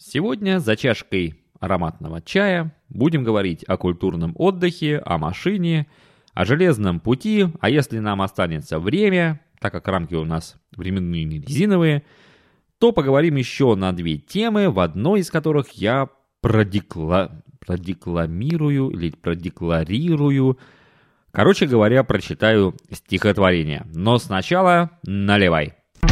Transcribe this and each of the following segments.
Сегодня за чашкой ароматного чая будем говорить о культурном отдыхе, о машине, о железном пути, а если нам останется время, так как рамки у нас временные не резиновые, то поговорим еще на две темы, в одной из которых я продекламирую или продекларирую, короче говоря, прочитаю стихотворение. Но сначала наливай.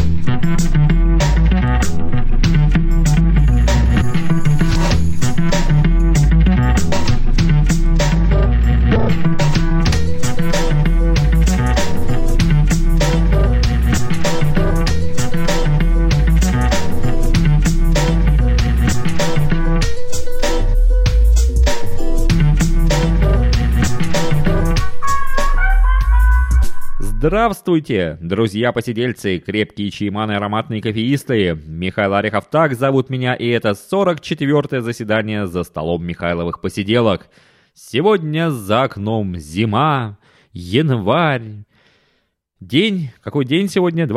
Здравствуйте, друзья-посидельцы, крепкие чаеманы, ароматные кофеисты. Михаил Орехов, так зовут меня, и это 44-е заседание за столом Михайловых посиделок. Сегодня за окном зима, январь. Какой день сегодня?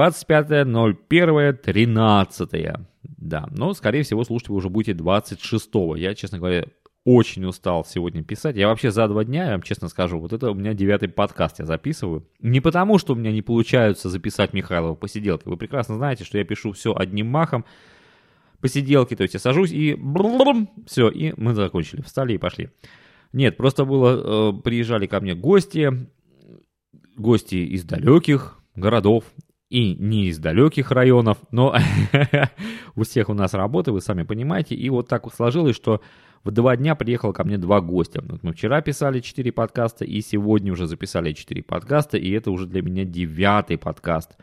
25.01.13. Да, но, скорее всего, слушать вы уже будете 26-го. Я, честно говоря, очень устал сегодня писать. Я вообще за 2 дня, я вам честно скажу, вот это у меня 9-й подкаст я записываю. Не потому, что у меня не получается записать Михайлова посиделки. Вы прекрасно знаете, что я пишу все одним махом. Посиделки, то есть я сажусь и все, и мы закончили. Встали и пошли. Нет, просто приезжали ко мне гости из далеких городов и не из далеких районов, но у всех у нас работа, вы сами понимаете, и вот так вот сложилось, что в 2 дня приехало ко мне 2 гостя. Вот мы вчера писали 4 подкаста, и сегодня уже записали 4 подкаста, и это уже для меня 9-й подкаст.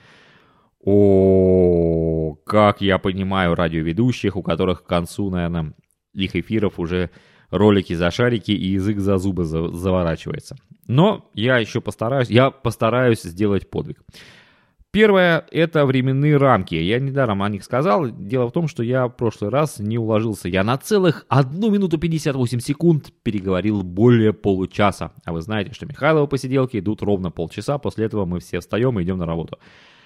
О, как я понимаю радиоведущих, у которых к концу, наверное, их эфиров уже ролики за шарики и язык за зубы заворачивается. Но я постараюсь сделать подвиг. Первое – это временные рамки. Я недаром о них сказал. Дело в том, что я в прошлый раз не уложился. Я на целых 1 минуту 58 секунд переговорил более получаса. А вы знаете, что Михайловы посиделки идут ровно полчаса. После этого мы все встаем и идем на работу.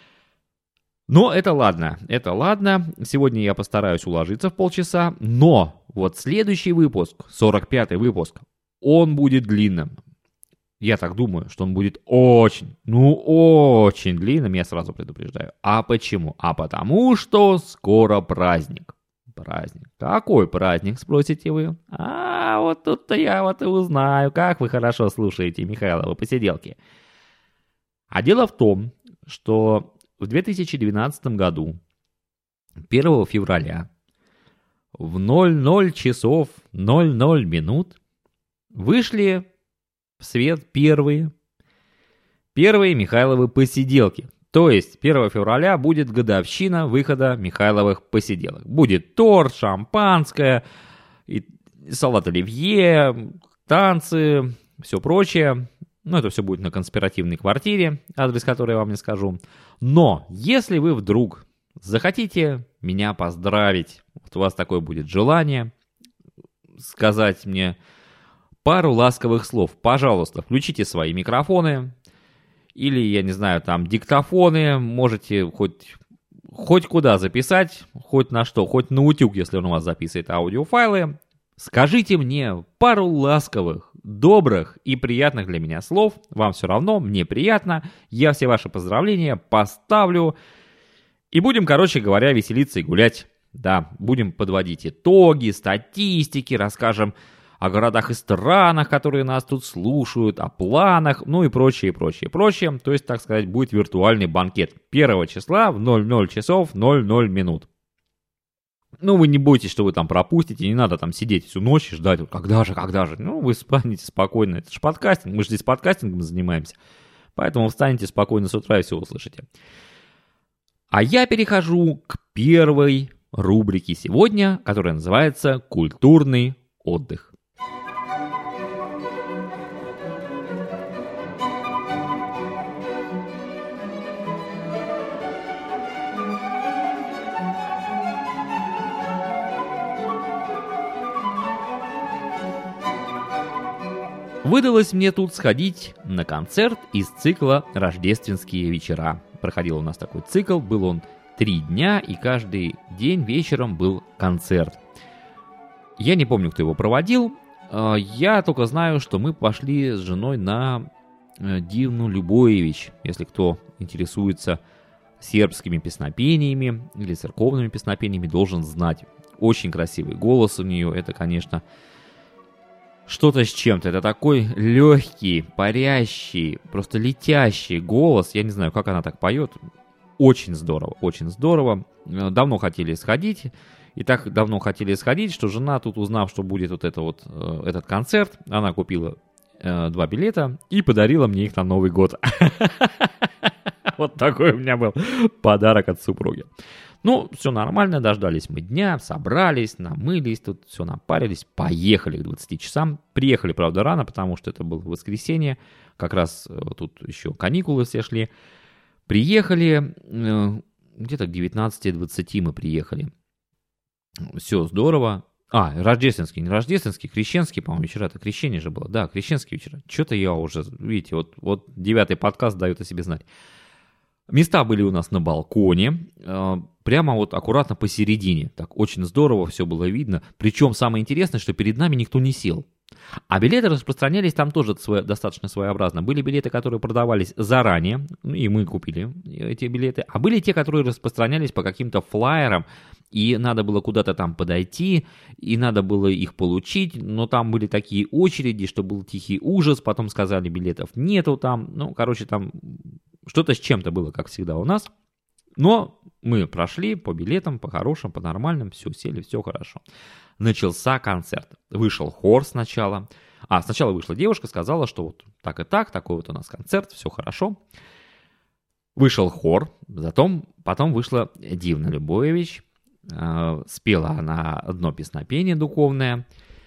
Но это ладно. Сегодня я постараюсь уложиться в полчаса. Но вот следующий выпуск, 45-й выпуск, он будет длинным. Я так думаю, что он будет очень длинным, я сразу предупреждаю. А почему? А потому что скоро праздник. Праздник. Какой праздник, спросите вы? А вот тут-то я вот и узнаю, как вы хорошо слушаете Михайловы посиделки. А дело в том, что в 2012 году, 1 февраля, в 00 часов 00 минут вышли в свет первые Михайловы посиделки. То есть 1 февраля будет годовщина выхода Михайловых посиделок. Будет торт, шампанское, салат оливье, танцы, все прочее. Это все будет на конспиративной квартире, адрес которой я вам не скажу. Но если вы вдруг захотите меня поздравить, вот у вас такое будет желание сказать мне пару ласковых слов, пожалуйста, включите свои микрофоны или, я не знаю, там диктофоны, можете хоть куда записать, хоть на что, хоть на утюг, если он у вас записывает аудиофайлы. Скажите мне пару ласковых, добрых и приятных для меня слов, вам все равно, мне приятно, я все ваши поздравления поставлю и будем, короче говоря, веселиться и гулять. Да, будем подводить итоги, статистики, расскажем о городах и странах, которые нас тут слушают, о планах, и прочее. То есть, так сказать, будет виртуальный банкет 1 числа в 00 часов 00 минут. Вы не бойтесь, что вы там пропустите, не надо там сидеть всю ночь и ждать, когда же. Вы встанете спокойно, это же подкастинг, мы же здесь подкастингом занимаемся. Поэтому встанете спокойно с утра и все услышите. А я перехожу к первой рубрике сегодня, которая называется «Культурный отдых». Выдалось мне тут сходить на концерт из цикла «Рождественские вечера». Проходил у нас такой цикл, был он 3 дня, и каждый день вечером был концерт. Я не помню, кто его проводил. Я только знаю, что мы пошли с женой на Дивну Любоевич. Если кто интересуется сербскими песнопениями или церковными песнопениями, должен знать. Очень красивый голос у нее. Это, конечно, что-то с чем-то. Это такой легкий, парящий, просто летящий голос. Я не знаю, как она так поет. Очень здорово, очень здорово. Давно хотели сходить. И так давно хотели сходить, что жена тут, узнав, что будет этот концерт, она купила 2 билета и подарила мне их на Новый год. Вот такой у меня был подарок от супруги. Ну, все нормально, дождались мы дня, собрались, намылись, тут все напарились, поехали к 20 часам. Приехали, правда, рано, потому что это было воскресенье, как раз тут еще каникулы все шли. Приехали, где-то к 19:20 мы приехали. Все здорово. Рождественский, не рождественский, крещенский, по-моему, вечера. Это крещение же было. Да, крещенские вечера. Что-то я уже, видите, вот 9-й подкаст дает о себе знать. Места были у нас на балконе, прямо вот аккуратно посередине. Так очень здорово все было видно. Причем самое интересное, что перед нами никто не сел. А билеты распространялись там тоже достаточно своеобразно. Были билеты, которые продавались заранее, и мы купили эти билеты. А были те, которые распространялись по каким-то флаерам, и надо было куда-то там подойти, и надо было их получить. Но там были такие очереди, что был тихий ужас. Потом сказали, билетов нету там. Ну, короче, там что-то с чем-то было, как всегда у нас. Но мы прошли по билетам, по хорошим, по нормальным, все, сели, все хорошо. Начался концерт. Вышел хор сначала. Сначала вышла девушка, сказала, что вот так и так, такой вот у нас концерт, все хорошо. Вышел хор, потом вышла Дивна Любоевич. Спела она одно песнопение духовное.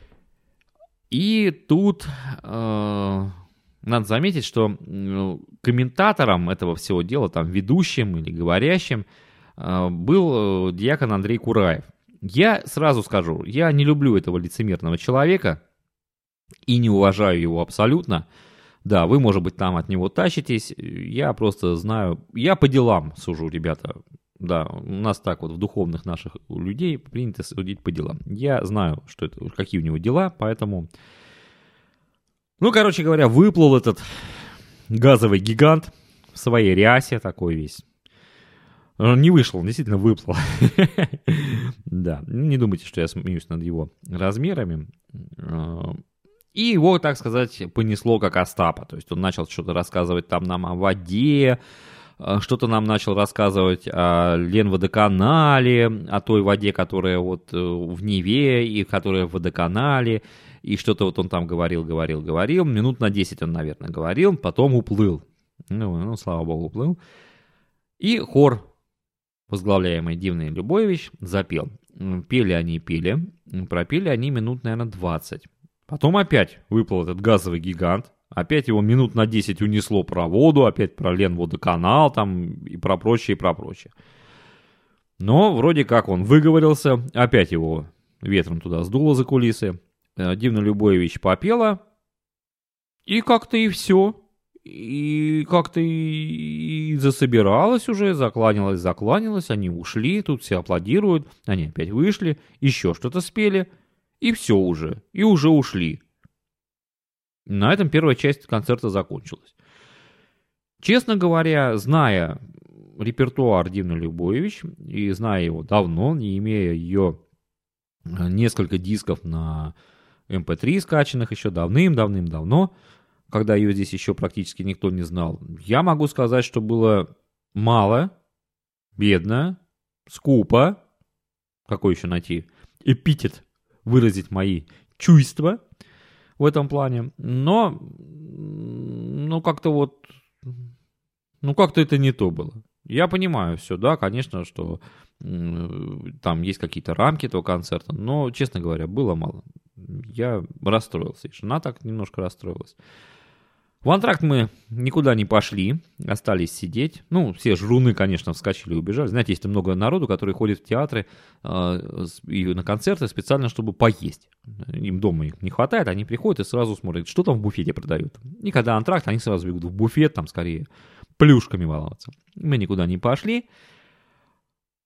И тут надо заметить, что комментатором этого всего дела, там ведущим или говорящим, был диакон Андрей Кураев. Я сразу скажу, я не люблю этого лицемерного человека и не уважаю его абсолютно. Да, вы, может быть, там от него тащитесь, я просто знаю, я по делам сужу, ребята. Да, у нас так вот в духовных наших людей принято судить по делам. Я знаю, какие у него дела, поэтому... короче говоря, выплыл этот газовый гигант в своей рясе, такой весь. Не вышел, он действительно выплыл. Да, не думайте, что я смеюсь над его размерами. И его, так сказать, понесло как Остапа. То есть он начал что-то рассказывать там нам о воде, что-то нам начал рассказывать о Ленводоканале, о той воде, которая вот в Неве и которая в водоканале. И что-то вот он там говорил. Минут на 10 он, наверное, говорил, потом уплыл. Ну, слава богу, уплыл. И хор, возглавляемый Дивной Любоевич, запел. Пели, пропели они минут, наверное, 20. Потом опять выплыл этот газовый гигант. Опять его минут на 10 унесло про воду, опять про Ленводоканал там и про прочее. Но вроде как он выговорился, опять его ветром туда сдуло за кулисы. Дивна Любоевич попела, и как-то и все. И как-то и засобиралась уже, закланялась, они ушли, тут все аплодируют, они опять вышли, еще что-то спели, и все уже, и уже ушли. На этом первая часть концерта закончилась. Честно говоря, зная репертуар Дивны Любоевич, и зная его давно, не имея ее несколько дисков на MP3 скачанных еще давным-давно, когда ее здесь еще практически никто не знал, я могу сказать, что было мало, бедно, скупо, какой еще найти эпитет выразить мои чувства в этом плане, но как-то это не то было. Я понимаю все, да, конечно, что там есть какие-то рамки этого концерта, но, честно говоря, было мало. Я расстроился, и жена так немножко расстроилась. В антракт мы никуда не пошли, остались сидеть. Все жруны, конечно, вскочили и убежали. Знаете, есть много народу, которые ходят в театры и на концерты специально, чтобы поесть. Им дома их не хватает, они приходят и сразу смотрят, что там в буфете продают. И когда антракт, они сразу бегут в буфет, там скорее плюшками баловаться. Мы никуда не пошли.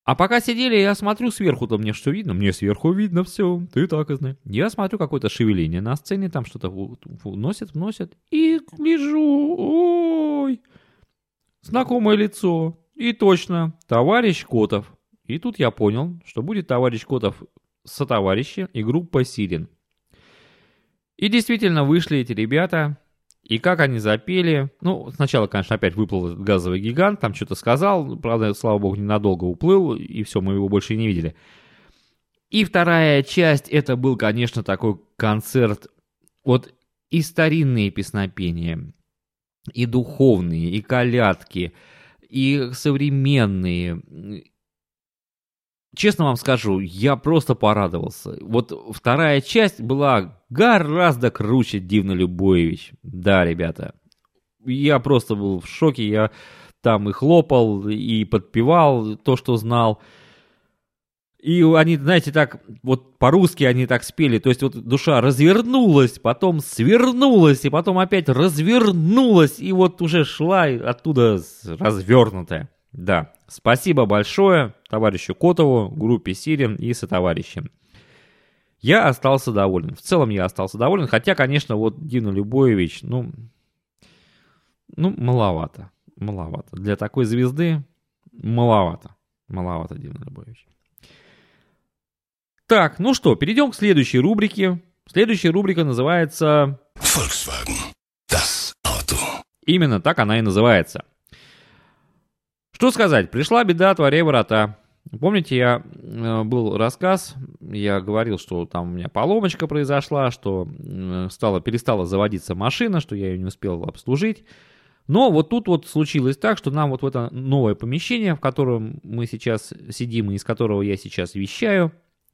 А пока сидели, я смотрю сверху-то, мне что видно? Мне сверху видно все, ты так и знаешь. Я смотрю какое-то шевеление на сцене, там что-то вносят, и гляжу, ой, знакомое лицо. И точно, товарищ Котов. И тут я понял, что будет товарищ Котов сотоварищи и группа Сирен. И действительно вышли эти ребята, и как они запели. Ну, сначала, конечно, опять выплыл этот газовый гигант, там что-то сказал, правда, слава богу, ненадолго уплыл, и все, мы его больше и не видели. И вторая часть, это был, конечно, такой концерт, вот и старинные песнопения, и духовные, и колядки, и современные. Честно вам скажу, я просто порадовался. Вот вторая часть была гораздо круче Дивно Любович. Да, ребята. Я просто был в шоке. Я там и хлопал, и подпевал то, что знал. И они, знаете, так, вот по-русски они так спели. То есть вот душа развернулась, потом свернулась, и потом опять развернулась. И вот уже шла оттуда развернутая. Да, спасибо большое товарищу Котову, группе Сирен и сотоварищам. Я остался доволен. В целом я остался доволен, хотя, конечно, вот Дина Любович, ну, маловато. Для такой звезды маловато Дина Любович. Так, ну что, перейдем к следующей рубрике. Следующая рубрика называется Volkswagen. Das Auto. Именно так она и называется. Что сказать, пришла беда, отворяй ворота. Помните, был рассказ, я говорил, что там у меня поломочка произошла, что перестала заводиться машина, что я ее не успел обслужить. Но вот тут вот случилось так, что нам вот в это новое помещение, в котором мы сейчас сидим и из которого я сейчас вещаю,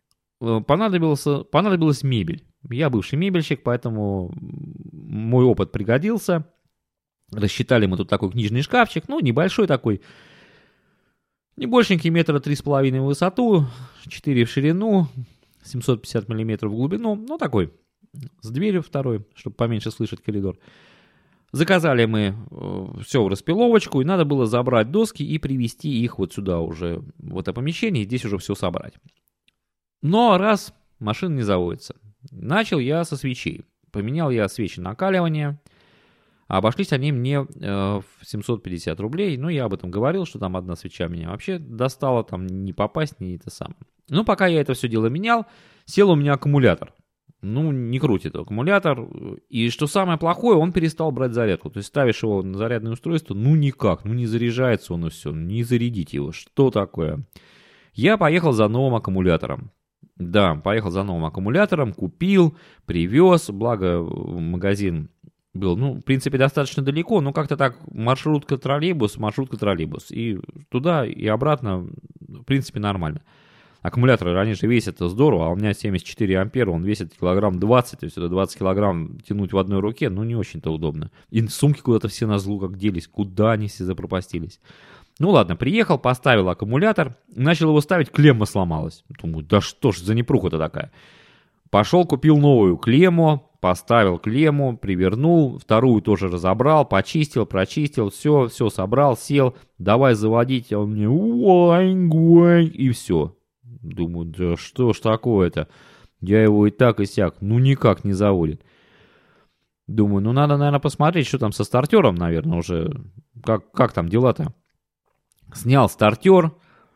понадобилась мебель. Я бывший мебельщик, поэтому мой опыт пригодился. Рассчитали мы тут такой книжный шкафчик, ну, небольшой такой, небольшенький, 3,5 метра в высоту, 4 в ширину, 750 мм в глубину, ну, такой, с дверью второй, чтобы поменьше слышать коридор. Заказали мы все в распиловочку, и надо было забрать доски и привезти их вот сюда уже, в это помещение, и здесь уже все собрать. Но раз машина не заводится, начал я со свечей. Поменял я свечи накаливания, обошлись они мне в 750 рублей. Ну, я об этом говорил, что там одна свеча меня вообще достала, там не попасть, не это самое. Ну, пока я это все дело менял, сел у меня аккумулятор. Ну, не крутит аккумулятор. И что самое плохое, он перестал брать зарядку. То есть ставишь его на зарядное устройство, ну никак, ну не заряжается он и все, не зарядить его. Что такое? Я поехал за новым аккумулятором. Да, поехал за новым аккумулятором, купил, привез, благо магазин был, ну, в принципе, достаточно далеко, но как-то так маршрутка-троллейбус, и туда, и обратно, в принципе, нормально. Аккумуляторы раньше весят здорово, а у меня 74 ампера, он весит килограмм 20, то есть это 20 килограмм тянуть в одной руке, ну, не очень-то удобно. И сумки куда-то все назлу как делись, куда они все запропастились. Ну ладно, приехал, поставил аккумулятор, начал его ставить, клемма сломалась. Думаю, да что ж за непруха-то такая. Пошел, купил новую клемму, поставил клемму, привернул, вторую тоже разобрал, почистил, прочистил, все собрал, сел, давай заводить, а он мне уань, и все. Думаю, да что ж такое-то, я его и так и сяк, ну никак не заводит. Думаю, ну надо, наверное, посмотреть, что там со стартером, наверное, уже, как там дела-то. Снял стартер,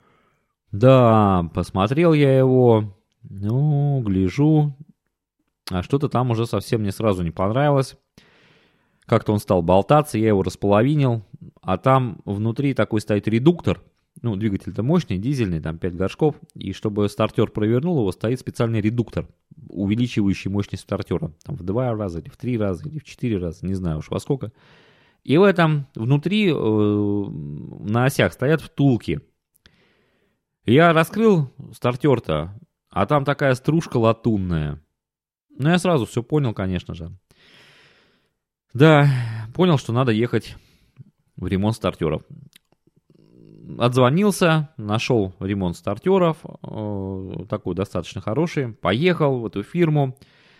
да, посмотрел я его, ну, гляжу, а что-то там уже совсем мне сразу не понравилось. Как-то он стал болтаться, я его располовинил, а там внутри такой стоит редуктор, ну, двигатель-то мощный, дизельный, там 5 горшков, и чтобы стартер провернул его, стоит специальный редуктор, увеличивающий мощность стартера, там в 2 раза, или в 3 раза, или в 4 раза, не знаю уж во сколько. И в этом внутри на осях стоят втулки. Я раскрыл стартер-то, а там такая стружка латунная. Ну, я сразу все понял, конечно же. Да, понял, что надо ехать в ремонт стартеров. Отзвонился, нашел ремонт стартеров, такой достаточно хороший. Поехал в эту фирму,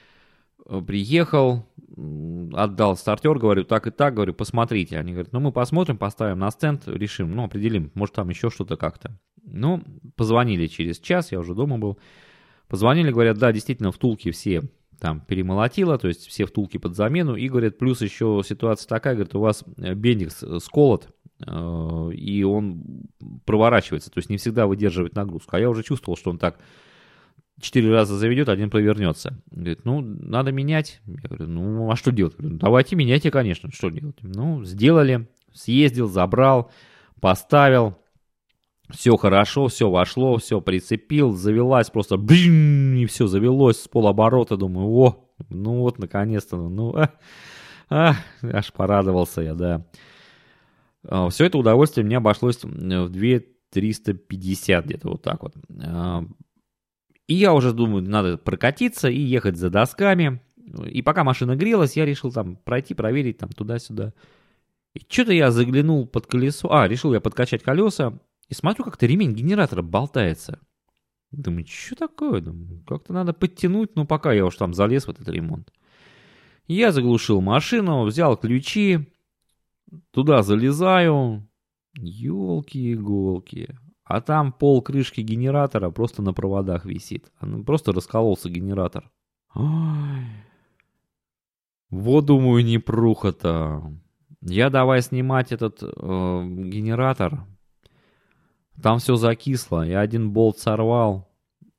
приехал, отдал стартер, говорю, так и так, говорю, посмотрите. Они говорят, ну мы посмотрим, поставим на стенд, решим, ну определим, может там еще что-то как-то. Ну, позвонили через час, я уже дома был. Позвонили, говорят, да, действительно, втулки все там перемолотило, то есть все втулки под замену. И, говорят, плюс еще ситуация такая, говорят, у вас бендик сколот, и он проворачивается, то есть не всегда выдерживает нагрузку. А я уже чувствовал, что он так 4 раза заведет, один провернется. Говорит, ну, надо менять. Я говорю, ну, а что делать? Говорю, давайте меняйте, конечно, что делать? Ну, сделали, съездил, забрал, поставил. Все хорошо, все вошло, все прицепил, завелась просто, и все завелось с полоборота. Думаю, о, ну вот, наконец-то, ну, аж порадовался я, да. Все это удовольствие мне обошлось в 2350 где-то вот так вот. И я уже думаю, надо прокатиться и ехать за досками. И пока машина грелась, я решил там пройти, проверить там туда-сюда. И что-то я заглянул под колесо. Решил я подкачать колеса. И смотрю, как-то ремень генератора болтается. Думаю, что такое? Думаю, как-то надо подтянуть, ну пока я уж там залез в этот ремонт. Я заглушил машину, взял ключи, туда залезаю. Ёлки-иголки. А там пол крышки генератора просто на проводах висит. Просто раскололся генератор. Ой. Вот, думаю, непруха-то. Я давай снимать этот генератор. Там все закисло. Я один болт сорвал.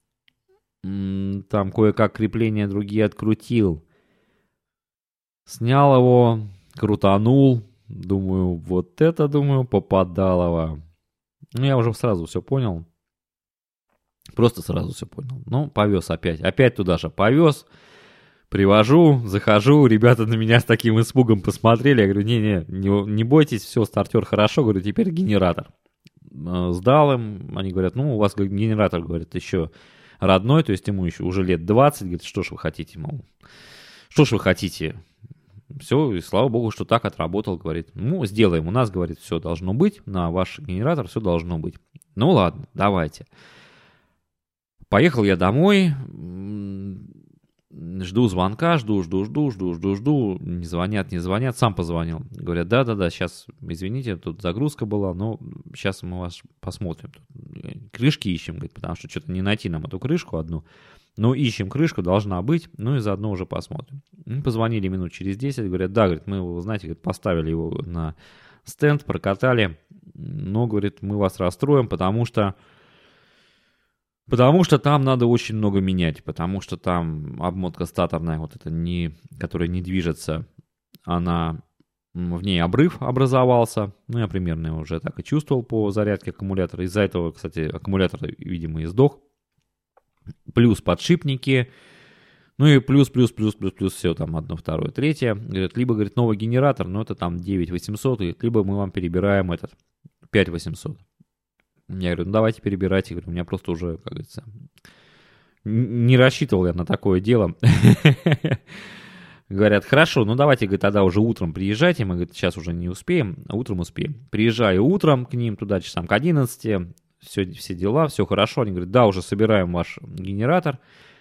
Там кое-как крепления другие открутил. Снял его, крутанул. Думаю, вот это, думаю, попадалово. Ну, я уже сразу все понял. Просто сразу все понял. Ну, повез опять. Опять туда же повез. Привожу, захожу. Ребята на меня с таким испугом посмотрели. Я говорю, не бойтесь, все, стартер хорошо. Говорю, теперь генератор. Сдал им. Они говорят, ну, у вас генератор, говорят, еще родной. То есть ему еще уже лет 20. Говорит, что ж вы хотите, мол. Что ж вы хотите? Все, и слава богу, что так отработал, говорит. Ну, сделаем. У нас, говорит, все должно быть. На ваш генератор все должно быть. Ну, ладно, давайте. Поехал я домой. Жду звонка, жду. Не звонят. Сам позвонил. Говорят, да, сейчас, извините, тут загрузка была, но сейчас мы вас посмотрим. Тут крышки ищем, говорит, потому что что-то не найти нам эту крышку одну. Ну, ищем крышку, должна быть, ну и заодно уже посмотрим. Позвонили минут через 10, говорят, да, говорит, мы его, знаете, говорит, поставили его на стенд, прокатали, но, говорит, мы вас расстроим, потому что там надо очень много менять, потому что там обмотка статорная, вот эта, которая не движется, в ней обрыв образовался, ну, я примерно уже так и чувствовал по зарядке аккумулятора, из-за этого, кстати, аккумулятор, видимо, и сдох. Плюс подшипники, ну и плюс, все там одно, второе, третье. Говорят, либо, говорит, новый генератор, но это там 9800, либо мы вам перебираем этот 5800. Я говорю, ну давайте перебирайте, говорю, у меня просто уже, как говорится, не рассчитывал я на такое дело. Говорят, хорошо, ну давайте, говорит, тогда уже утром приезжайте, мы, говорит, сейчас уже не успеем, а утром успеем. Приезжаю утром к ним туда часам к 11, все дела, все хорошо. Они говорят, да, уже собираем ваш генератор.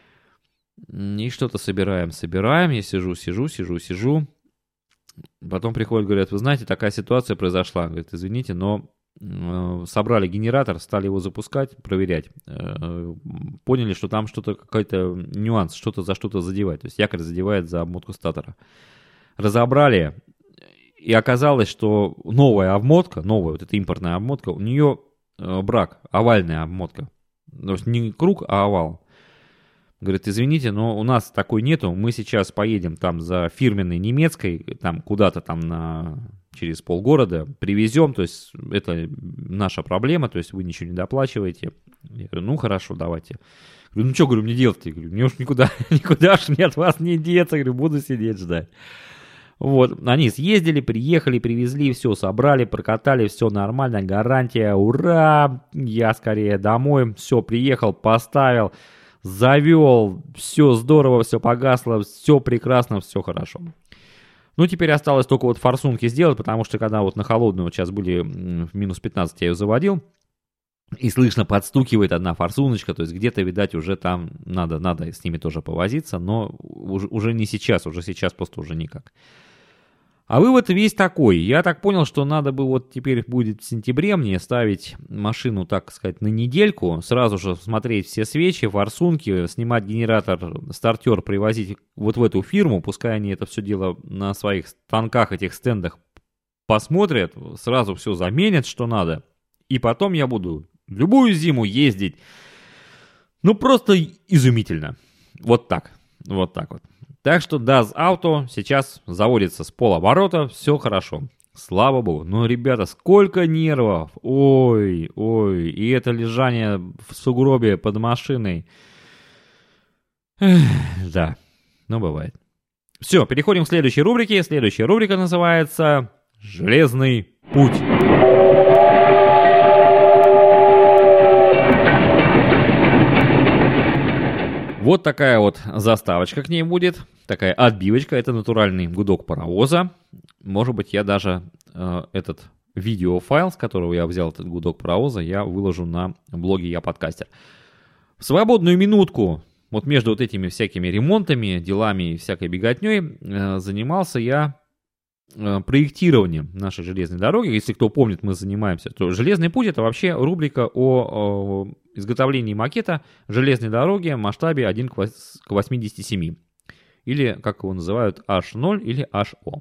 И что-то собираем. Я сижу. Потом приходят, говорят, вы знаете, такая ситуация произошла. Говорят, извините, но собрали генератор, стали его запускать, проверять. Поняли, что там что-то, какой-то нюанс, что-то за что-то задевает. То есть якорь задевает за обмотку статора. Разобрали. И оказалось, что новая обмотка, вот эта импортная обмотка, у нее брак, овальная обмотка. То есть не круг, а овал. Говорит, извините, но у нас такой нету. Мы сейчас поедем там за фирменной немецкой, там куда-то там через полгорода, привезем. То есть это наша проблема, то есть вы ничего не доплачиваете. Я говорю, ну хорошо, давайте. Говорю, ну что, говорю, мне делать-то? Говорю, мне уж никуда ж мне от вас не деться. Говорю, буду сидеть ждать. Вот, они съездили, приехали, привезли, все собрали, прокатали, все нормально, гарантия, ура, я скорее домой, все, приехал, поставил, завел, все здорово, все погасло, все прекрасно, все хорошо. Ну, теперь осталось только вот форсунки сделать, потому что когда вот на холодную, вот сейчас были в минус 15, я ее заводил, и слышно, подстукивает одна форсуночка, то есть где-то, видать, уже там надо с ними тоже повозиться, но уже не сейчас, уже сейчас просто уже никак. А вывод весь такой. Я так понял, что надо бы вот теперь будет в сентябре мне ставить машину, так сказать, на недельку, сразу же смотреть все свечи, форсунки, снимать генератор, стартер, привозить вот в эту фирму, пускай они это все дело на своих станках, этих стендах посмотрят, сразу все заменят, что надо, и потом я буду любую зиму ездить. Ну, просто изумительно. Вот так. Вот так вот. Так что DAS Auto сейчас заводится с полоборота, все хорошо. Слава богу. Но, ребята, сколько нервов. Ой, ой. И это лежание в сугробе под машиной. Эх, да, ну бывает. Все, переходим к следующей рубрике. Следующая рубрика называется «Железный путь». Вот такая вот заставочка к ней будет, такая отбивочка, это натуральный гудок паровоза. Может быть, я даже этот видеофайл, с которого я взял этот гудок паровоза, я выложу на блоге «Я подкастер». В свободную минутку, вот между вот этими всякими ремонтами, делами и всякой беготней, занимался я проектированием нашей железной дороги. Если кто помнит, мы занимаемся, то «Железный путь» — это вообще рубрика о изготовлении макета железной дороги в масштабе 1 к 87. Или, как его называют, H0 или HO.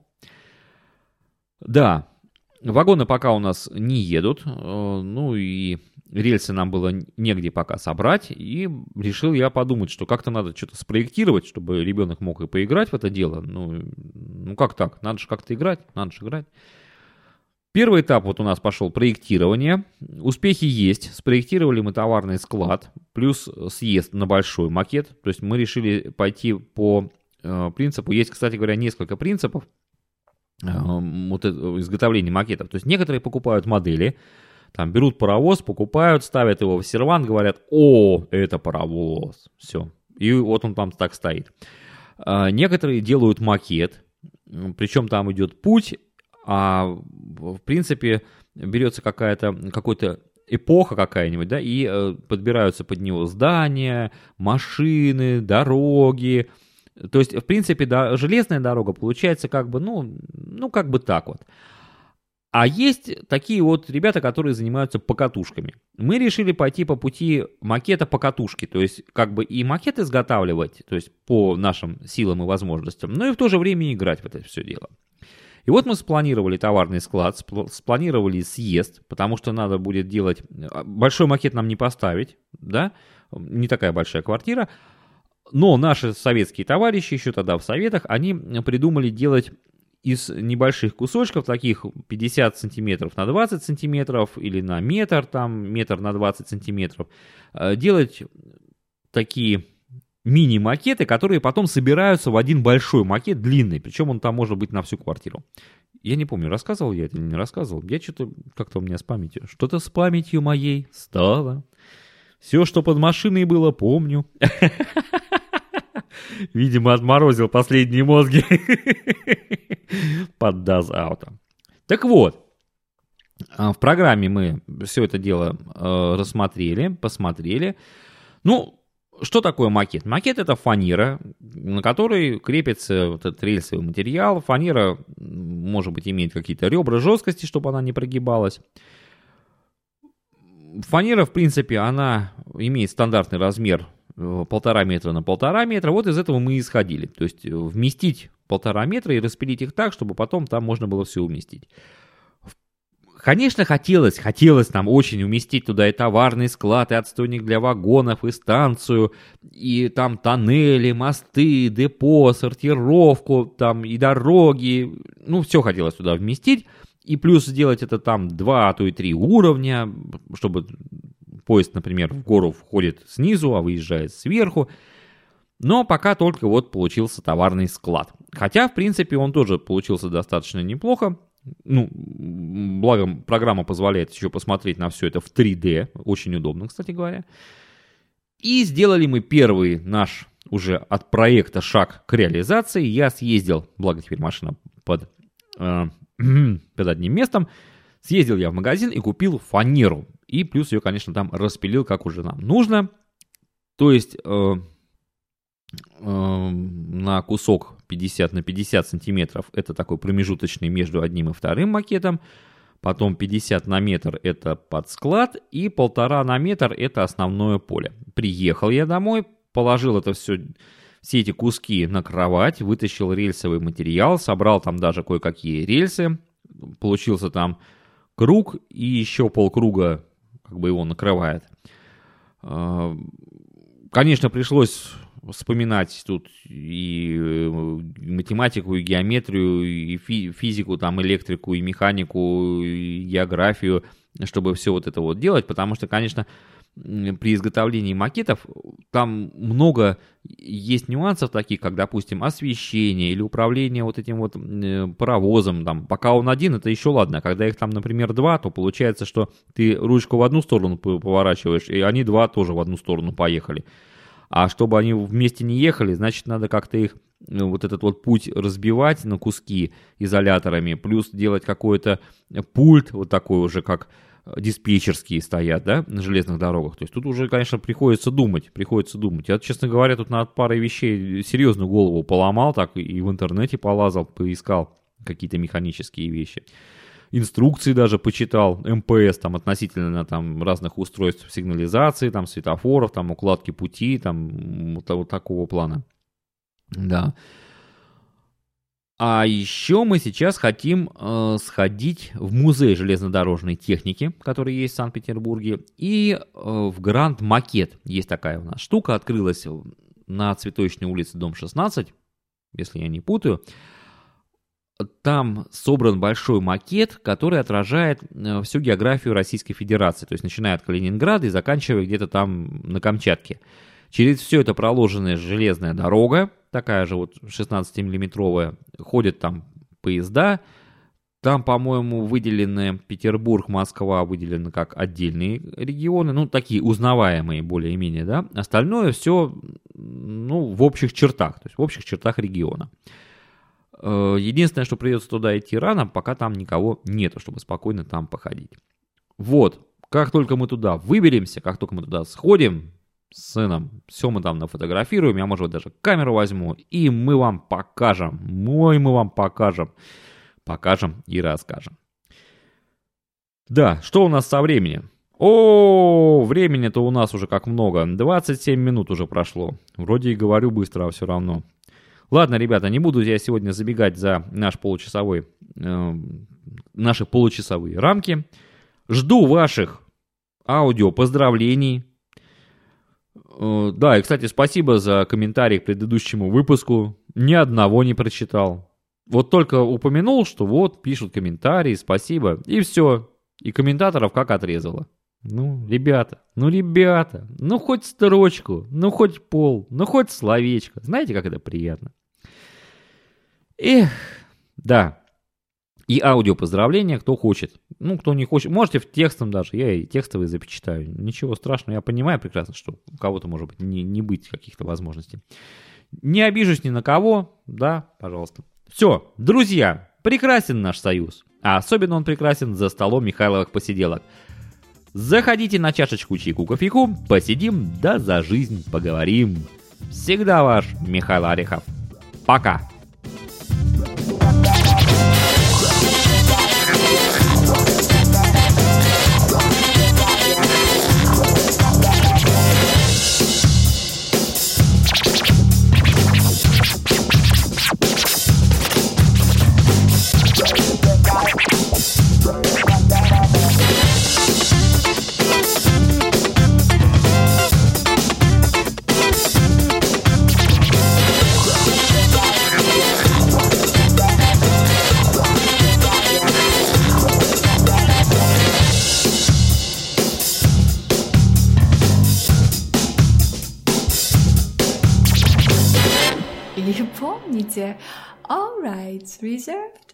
Да, вагоны пока у нас не едут, ну и рельсы нам было негде пока собрать, и решил я подумать, что как-то надо что-то спроектировать, чтобы ребенок мог и поиграть в это дело. Ну как так? Надо же как-то играть, надо же играть. Первый этап вот у нас пошел проектирование. Успехи есть. Спроектировали мы товарный склад, плюс съезд на большой макет. То есть мы решили пойти по принципу. Есть, кстати говоря, несколько принципов изготовления макетов. То есть некоторые покупают модели, там берут паровоз, покупают, ставят его в сервант, говорят: о, это паровоз. Все. И вот он там так стоит. Некоторые делают макет, причем там идет путь, а в принципе берется какая-то эпоха какая-нибудь, да, и подбираются под него здания, машины, дороги. То есть, в принципе, да, железная дорога получается как бы, ну как бы так вот. А есть такие вот ребята, которые занимаются покатушками. Мы решили пойти по пути макета покатушки, то есть как бы и макет изготавливать, то есть по нашим силам и возможностям, но и в то же время играть в это все дело. И вот мы спланировали товарный склад, спланировали съезд, потому что надо будет делать... Большой макет нам не поставить, да, не такая большая квартира, но наши советские товарищи еще тогда в советах, они придумали делать из небольших кусочков, таких 50 сантиметров на 20 сантиметров или на метр, там метр на 20 сантиметров, делать такие мини-макеты, которые потом собираются в один большой макет длинный, причем он там может быть на всю квартиру. Я не помню, рассказывал я это или не рассказывал. Я что-то как-то у меня с памятью. Что-то с памятью моей стало. Все, что под машиной было, помню. Видимо, отморозил последние мозги под DAS Auto. Так вот, в программе мы все это дело рассмотрели, посмотрели. Ну, что такое макет? Макет — это фанера, на которой крепится вот этот рельсовый материал. Фанера, может быть, имеет какие-то ребра жесткости, чтобы она не прогибалась. Фанера, в принципе, она имеет стандартный размер 1,5 метра на 1,5 метра. Вот из этого мы и исходили. То есть вместить 1,5 метра и распилить их так, чтобы потом там можно было все уместить. Конечно, хотелось нам очень уместить туда и товарный склад, и отстойник для вагонов, и станцию, и там тоннели, мосты, депо, сортировку, там и дороги. Ну, все хотелось туда вместить. И плюс сделать это там 2, а то и 3 уровня, чтобы поезд, например, в гору входит снизу, а выезжает сверху. Но пока только вот получился товарный склад. Хотя, в принципе, он тоже получился достаточно неплохо. Ну, благо, программа позволяет еще посмотреть на все это в 3D. Очень удобно, кстати говоря. И сделали мы первый наш уже от проекта шаг к реализации. Я съездил, благо теперь машина под одним местом. Съездил я в магазин и купил фанеру. И плюс ее, конечно, там распилил, как уже нам нужно. То есть на кусок 50 на 50 сантиметров, это такой промежуточный между одним и вторым макетом, потом 50 на метр это под склад, и 1,5 на метр это основное поле. Приехал я домой, положил это все эти куски на кровать, вытащил рельсовый материал, собрал там даже кое-какие рельсы, получился там круг и еще полкруга как бы его накрывает. Конечно, пришлось вспоминать тут и математику, и геометрию, и физику, там, электрику, и механику, и географию, чтобы все вот это вот делать, потому что, конечно, при изготовлении макетов там много есть нюансов таких, как, допустим, освещение или управление вот этим вот паровозом. Там, пока он один, это еще ладно. Когда их там, например, два, то получается, что ты ручку в одну сторону поворачиваешь, и они два тоже в одну сторону поехали. А чтобы они вместе не ехали, значит, надо как-то их, вот этот вот путь разбивать на куски изоляторами, плюс делать какой-то пульт, вот такой уже, как диспетчерские стоят, да, на железных дорогах. То есть тут уже, конечно, приходится думать. Я, честно говоря, тут над парой вещей серьезно голову поломал, так и в интернете полазал, поискал какие-то механические вещи. Инструкции даже почитал, МПС там относительно там разных устройств сигнализации, там светофоров, там укладки пути, там вот такого плана. Да. А еще мы сейчас хотим сходить в музей железнодорожной техники, который есть в Санкт-Петербурге, и в Гранд Макет. Есть такая у нас штука, открылась на Цветочной улице, дом 16, если я не путаю. Там собран большой макет, который отражает всю географию Российской Федерации, то есть начиная от Калининграда и заканчивая где-то там на Камчатке. Через все это проложенная железная дорога, такая же вот 16-миллиметровая, ходят там поезда. Там, по-моему, выделены Петербург, Москва выделены как отдельные регионы, ну, такие узнаваемые более-менее, да. Остальное все, ну, в общих чертах, то есть в общих чертах региона. Единственное, что придется туда идти рано, пока там никого нету, чтобы спокойно там походить. Вот, как только мы туда выберемся, как только мы туда сходим с сыном, все мы там нафотографируем, я, может, даже камеру возьму, и мы вам покажем, покажем и расскажем. Да, что у нас со временем? Времени-то у нас уже как много, 27 минут уже прошло. Вроде и говорю быстро, а все равно. Ладно, ребята, не буду я сегодня забегать за наши получасовые рамки. Жду ваших аудио-поздравлений. Да, и, кстати, спасибо за комментарий к предыдущему выпуску. Ни одного не прочитал. Вот только упомянул, что вот, пишут комментарии, спасибо, и все. И комментаторов как отрезало. Ну, ребята, ну хоть строчку, ну хоть пол, ну хоть словечко. Знаете, как это приятно? Эх, да. И аудио-поздравления, кто хочет. Ну, кто не хочет, можете в текстом даже, я и текстовые запечатаю. Ничего страшного, я понимаю прекрасно, что у кого-то, может быть, не быть каких-то возможностей. Не обижусь ни на кого, да, пожалуйста. Все, друзья, прекрасен наш союз. А особенно он прекрасен за столом Михайловых посиделок. Заходите на чашечку чайку-кофейку, посидим, да за жизнь поговорим. Всегда ваш Михаил Орехов. Пока. Или помните, all right, reserve